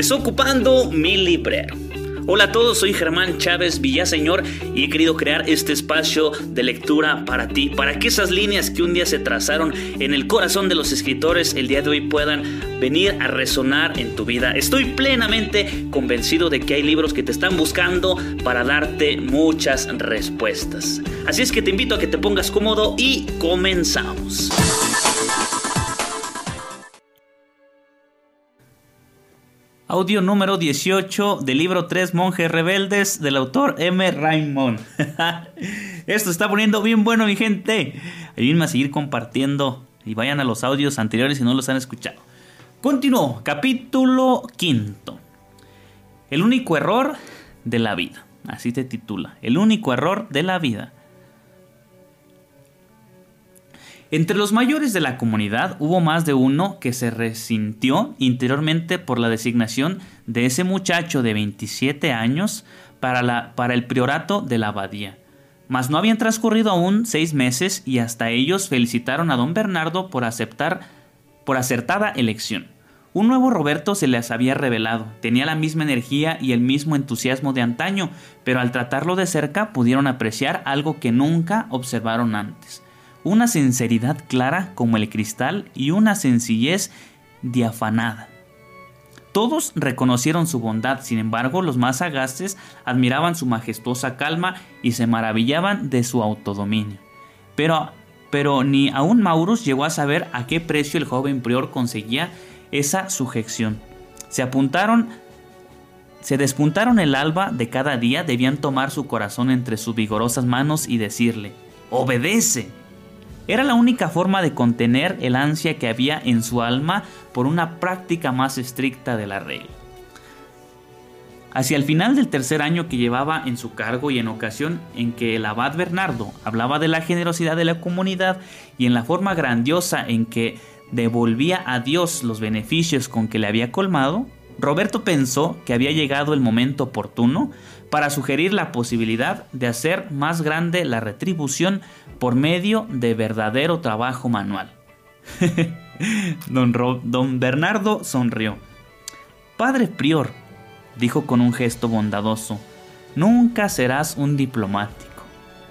Desocupando mi librero. Hola a todos, soy Germán Chávez Villaseñor y he querido crear este espacio de lectura para ti, para que esas líneas que un día se trazaron en el corazón de los escritores el día de hoy puedan venir a resonar en tu vida. Estoy plenamente convencido de que hay libros que te están buscando para darte muchas respuestas. Así es que te invito a que te pongas cómodo y comenzamos. Audio número 18 del libro 3 Monjes Rebeldes del autor M. Raymond. Esto está poniendo bien bueno, mi gente. Ayúdenme a seguir compartiendo y vayan a los audios anteriores si no los han escuchado. Continúo, capítulo 5. El único error de la vida. Así se titula. El único error de la vida. Entre los mayores de la comunidad hubo más de uno que se resintió interiormente por la designación de ese muchacho de 27 años para el priorato de la abadía. Mas no habían transcurrido aún 6 meses y hasta ellos felicitaron a don Bernardo por acertada elección. Un nuevo Roberto se les había revelado, tenía la misma energía y el mismo entusiasmo de antaño, pero al tratarlo de cerca pudieron apreciar algo que nunca observaron antes. Una sinceridad clara como el cristal y una sencillez diafanada. Todos reconocieron su bondad, sin embargo, los más sagaces admiraban su majestuosa calma y se maravillaban de su autodominio. Pero ni aun Maurus llegó a saber a qué precio el joven prior conseguía esa sujeción. Se despuntaron el alba de cada día, debían tomar su corazón entre sus vigorosas manos y decirle: ¡obedece! Era la única forma de contener el ansia que había en su alma por una práctica más estricta de la regla. Hacia el final del tercer año que llevaba en su cargo y en ocasión en que el abad Bernardo hablaba de la generosidad de la comunidad y en la forma grandiosa en que devolvía a Dios los beneficios con que le había colmado, Roberto pensó que había llegado el momento oportuno para sugerir la posibilidad de hacer más grande la retribución por medio de verdadero trabajo manual. Don Bernardo sonrió. Padre prior, dijo con un gesto bondadoso, nunca serás un diplomático.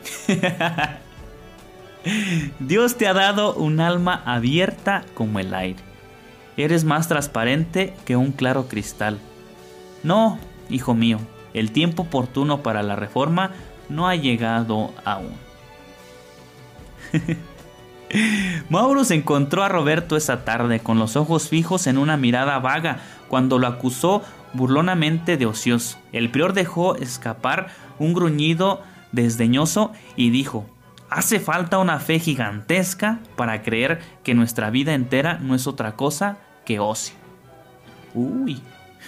Dios te ha dado un alma abierta como el aire. Eres más transparente que un claro cristal. No, hijo mío, el tiempo oportuno para la reforma no ha llegado aún. Maurus encontró a Roberto esa tarde con los ojos fijos en una mirada vaga cuando lo acusó burlonamente de ocioso. El prior dejó escapar un gruñido desdeñoso y dijo: hace falta una fe gigantesca para creer que nuestra vida entera no es otra cosa que ocio. Uy.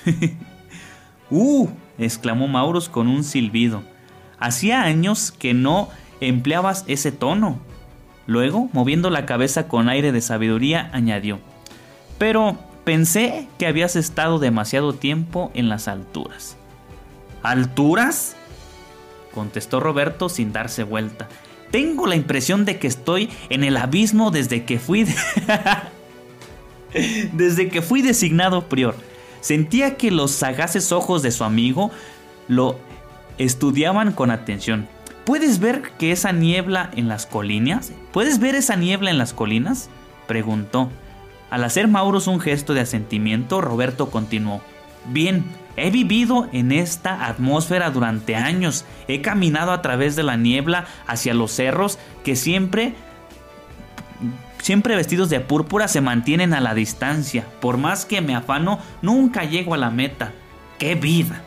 Exclamó Maurus con un silbido. Hacía años que no empleabas ese tono. Luego, moviendo la cabeza con aire de sabiduría, añadió: pero pensé que habías estado demasiado tiempo en las alturas. ¿Alturas?, contestó Roberto sin darse vuelta. Tengo la impresión de que estoy en el abismo desde que fui designado prior. Sentía que los sagaces ojos de su amigo lo estudiaban con atención. ¿Puedes ver esa niebla en las colinas? Preguntó. Al hacer Maurus un gesto de asentimiento, Roberto continuó: bien, he vivido en esta atmósfera durante años. He caminado a través de la niebla hacia los cerros que siempre vestidos de púrpura se mantienen a la distancia. Por más que me afano, nunca llego a la meta. ¡Qué vida!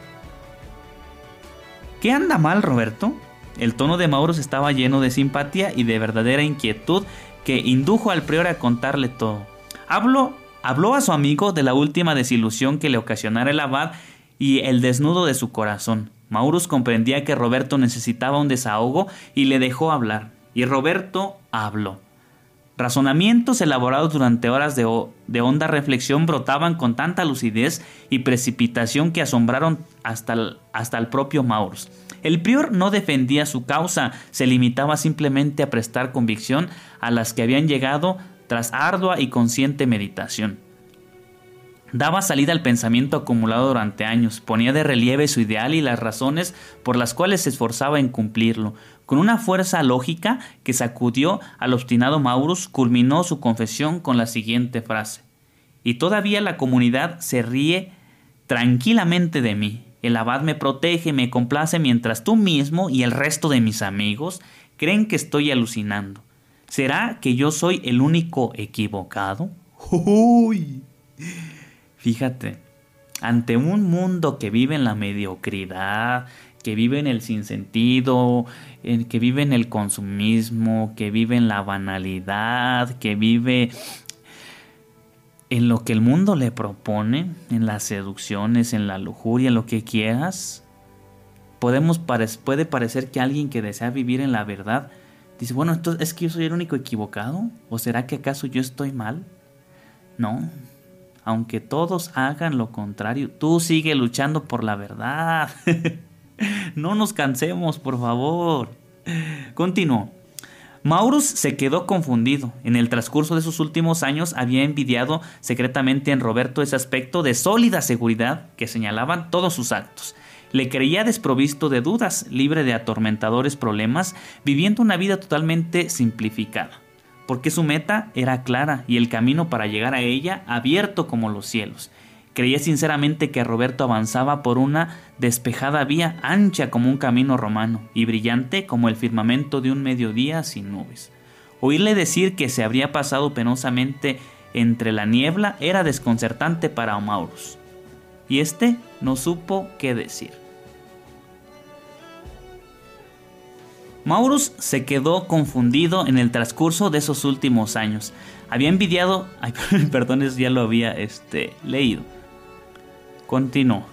¿Qué anda mal, Roberto? El tono de Maurus estaba lleno de simpatía y de verdadera inquietud que indujo al prior a contarle todo. Habló a su amigo de la última desilusión que le ocasionara el abad y el desnudo de su corazón. Maurus comprendía que Roberto necesitaba un desahogo y le dejó hablar. Y Roberto habló. Razonamientos elaborados durante horas de honda reflexión brotaban con tanta lucidez y precipitación que asombraron hasta el propio Maurus. El prior no defendía su causa, se limitaba simplemente a prestar convicción a las que habían llegado tras ardua y consciente meditación. Daba salida al pensamiento acumulado durante años, ponía de relieve su ideal y las razones por las cuales se esforzaba en cumplirlo. Con una fuerza lógica que sacudió al obstinado Maurus, culminó su confesión con la siguiente frase: «Y todavía la comunidad se ríe tranquilamente de mí. El abad me protege, me complace, mientras tú mismo y el resto de mis amigos creen que estoy alucinando. ¿Será que yo soy el único equivocado?». ¡Uy! Fíjate, ante un mundo que vive en la mediocridad, que vive en el sinsentido, que vive en el consumismo, que vive en la banalidad, que vive en lo que el mundo le propone, en las seducciones, en la lujuria, en lo que quieras, puede parecer que alguien que desea vivir en la verdad dice, bueno, entonces, ¿es que yo soy el único equivocado? ¿O será que acaso yo estoy mal? No. Aunque todos hagan lo contrario, tú sigue luchando por la verdad. No nos cansemos, por favor. Continuó. Maurus se quedó confundido. En el transcurso de sus últimos años había envidiado secretamente en Roberto ese aspecto de sólida seguridad que señalaban todos sus actos. Le creía desprovisto de dudas, libre de atormentadores problemas, viviendo una vida totalmente simplificada, porque su meta era clara y el camino para llegar a ella abierto como los cielos. Creía sinceramente que Roberto avanzaba por una despejada vía, ancha como un camino romano y brillante como el firmamento de un mediodía sin nubes. Oírle decir que se habría pasado penosamente entre la niebla era desconcertante para Maurus, y éste no supo qué decir. Maurus se quedó confundido en el transcurso de esos últimos años. Había envidiado... perdón, eso ya lo había leído. Continuó.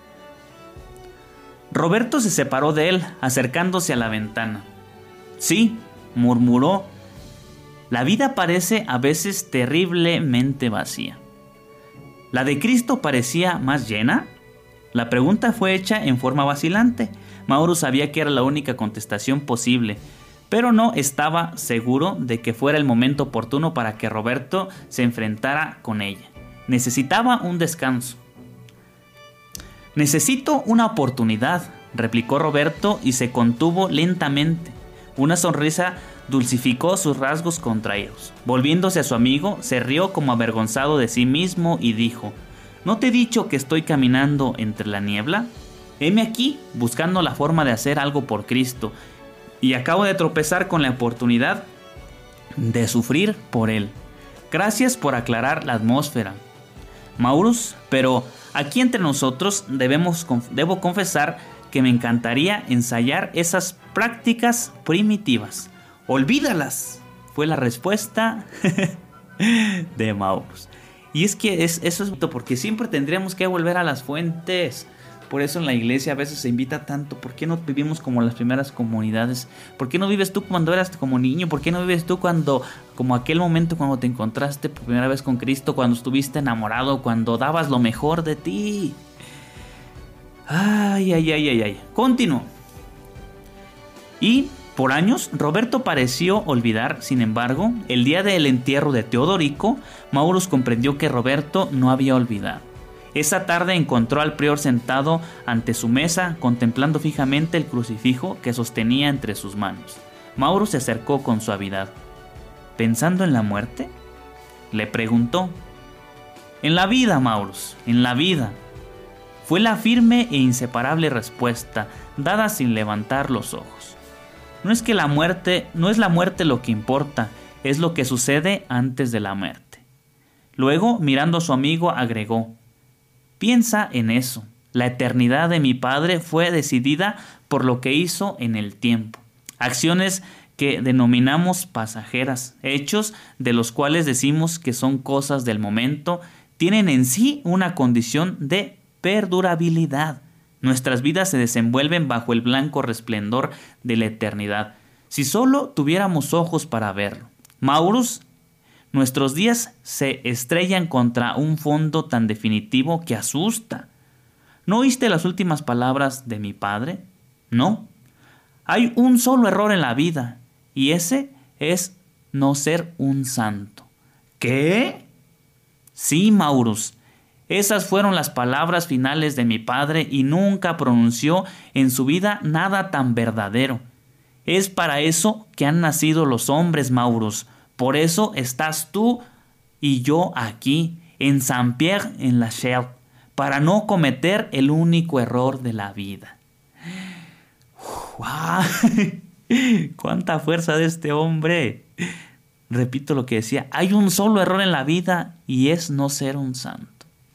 Roberto se separó de él, acercándose a la ventana. «Sí», murmuró, «la vida parece a veces terriblemente vacía». ¿La de Cristo parecía más llena? La pregunta fue hecha en forma vacilante. Maurus sabía que era la única contestación posible, pero no estaba seguro de que fuera el momento oportuno para que Roberto se enfrentara con ella. Necesitaba un descanso. «Necesito una oportunidad», replicó Roberto y se contuvo lentamente. Una sonrisa dulcificó sus rasgos contraídos. Volviéndose a su amigo, se rió como avergonzado de sí mismo y dijo: «¿No te he dicho que estoy caminando entre la niebla? Heme aquí, buscando la forma de hacer algo por Cristo, y acabo de tropezar con la oportunidad de sufrir por Él. Gracias por aclarar la atmósfera, Maurus, pero aquí entre nosotros debo confesar que me encantaría ensayar esas prácticas primitivas». «Olvídalas», fue la respuesta de Maurus. Y es que eso es porque siempre tendríamos que volver a las fuentes. Por eso en la iglesia a veces se invita tanto. ¿Por qué no vivimos como las primeras comunidades? ¿Por qué no vives tú cuando eras como niño? ¿Por qué no vives tú como aquel momento cuando te encontraste por primera vez con Cristo, cuando estuviste enamorado, cuando dabas lo mejor de ti? Ay. Continuó. Y por años, Roberto pareció olvidar, sin embargo, el día del entierro de Teodorico, Maurus comprendió que Roberto no había olvidado. Esa tarde encontró al prior sentado ante su mesa, contemplando fijamente el crucifijo que sostenía entre sus manos. Maurus se acercó con suavidad. «¿Pensando en la muerte?», le preguntó. «En la vida, Maurus, en la vida», fue la firme e inseparable respuesta, dada sin levantar los ojos. No es la muerte lo que importa, es lo que sucede antes de la muerte». Luego, mirando a su amigo, agregó: «Piensa en eso. La eternidad de mi padre fue decidida por lo que hizo en el tiempo. Acciones que denominamos pasajeras, hechos de los cuales decimos que son cosas del momento, tienen en sí una condición de perdurabilidad. Nuestras vidas se desenvuelven bajo el blanco resplendor de la eternidad. Si solo tuviéramos ojos para verlo. Maurus, nuestros días se estrellan contra un fondo tan definitivo que asusta. ¿No oíste las últimas palabras de mi padre? No. Hay un solo error en la vida, y ese es no ser un santo. ¿Qué? Sí, Maurus. Esas fueron las palabras finales de mi padre y nunca pronunció en su vida nada tan verdadero. Es para eso que han nacido los hombres, Maurus. Por eso estás tú y yo aquí, en Saint-Pierre-en-Lachaise, para no cometer el único error de la vida. ¡Wow! ¡Cuánta fuerza de este hombre! Repito lo que decía, hay un solo error en la vida y es no ser un santo.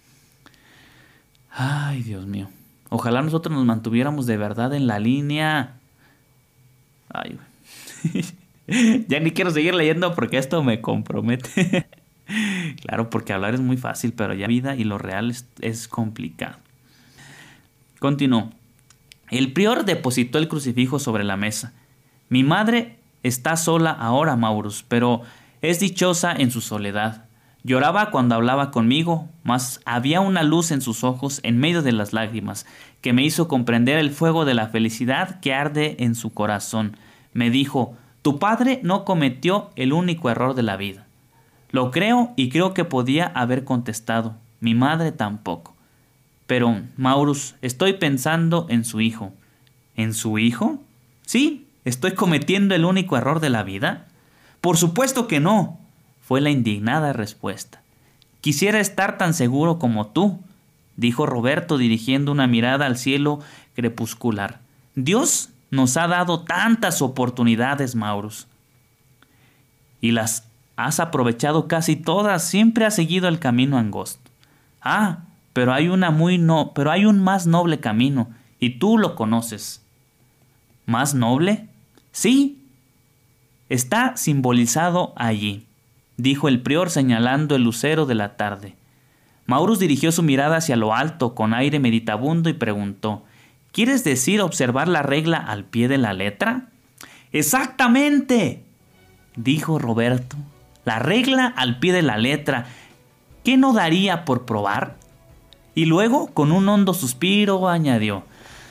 Ay, Dios mío. Ojalá nosotros nos mantuviéramos de verdad en la línea. Ay, ya ni quiero seguir leyendo porque esto me compromete. Claro, porque hablar es muy fácil, pero ya la vida y lo real es complicado. Continuó. El prior depositó el crucifijo sobre la mesa. Mi madre está sola ahora, Maurus, pero es dichosa en su soledad. Lloraba cuando hablaba conmigo, mas había una luz en sus ojos en medio de las lágrimas, que me hizo comprender el fuego de la felicidad que arde en su corazón. Me dijo, tu padre no cometió el único error de la vida. Lo creo y creo que podía haber contestado, mi madre tampoco. Pero, Maurus, estoy pensando en su hijo. ¿En su hijo? Sí, ¿estoy cometiendo el único error de la vida? Por supuesto que no, fue la indignada respuesta. Quisiera estar tan seguro como tú, dijo Roberto dirigiendo una mirada al cielo crepuscular. Dios nos ha dado tantas oportunidades, Maurus. Y las has aprovechado casi todas, siempre has seguido el camino angosto. Ah, pero hay un más noble camino, y tú lo conoces. ¿Más noble? Sí, está simbolizado allí, dijo el prior señalando el lucero de la tarde. Maurus dirigió su mirada hacia lo alto con aire meditabundo y preguntó, ¿quieres decir observar la regla al pie de la letra? ¡Exactamente!, dijo Roberto. La regla al pie de la letra. ¿Qué no daría por probar? Y luego, con un hondo suspiro, añadió,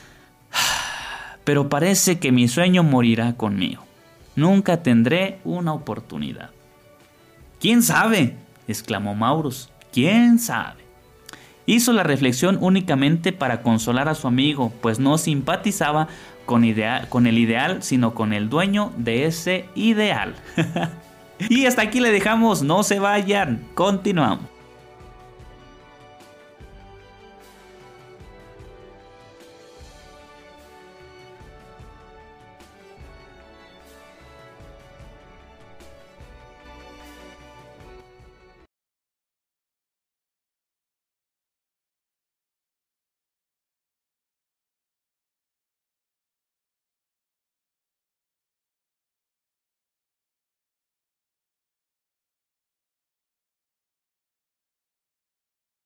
pero parece que mi sueño morirá conmigo. Nunca tendré una oportunidad. ¿Quién sabe?, exclamó Maurus. ¿Quién sabe? Hizo la reflexión únicamente para consolar a su amigo, pues no simpatizaba con el ideal, sino con el dueño de ese ideal. Y hasta aquí le dejamos, no se vayan, continuamos.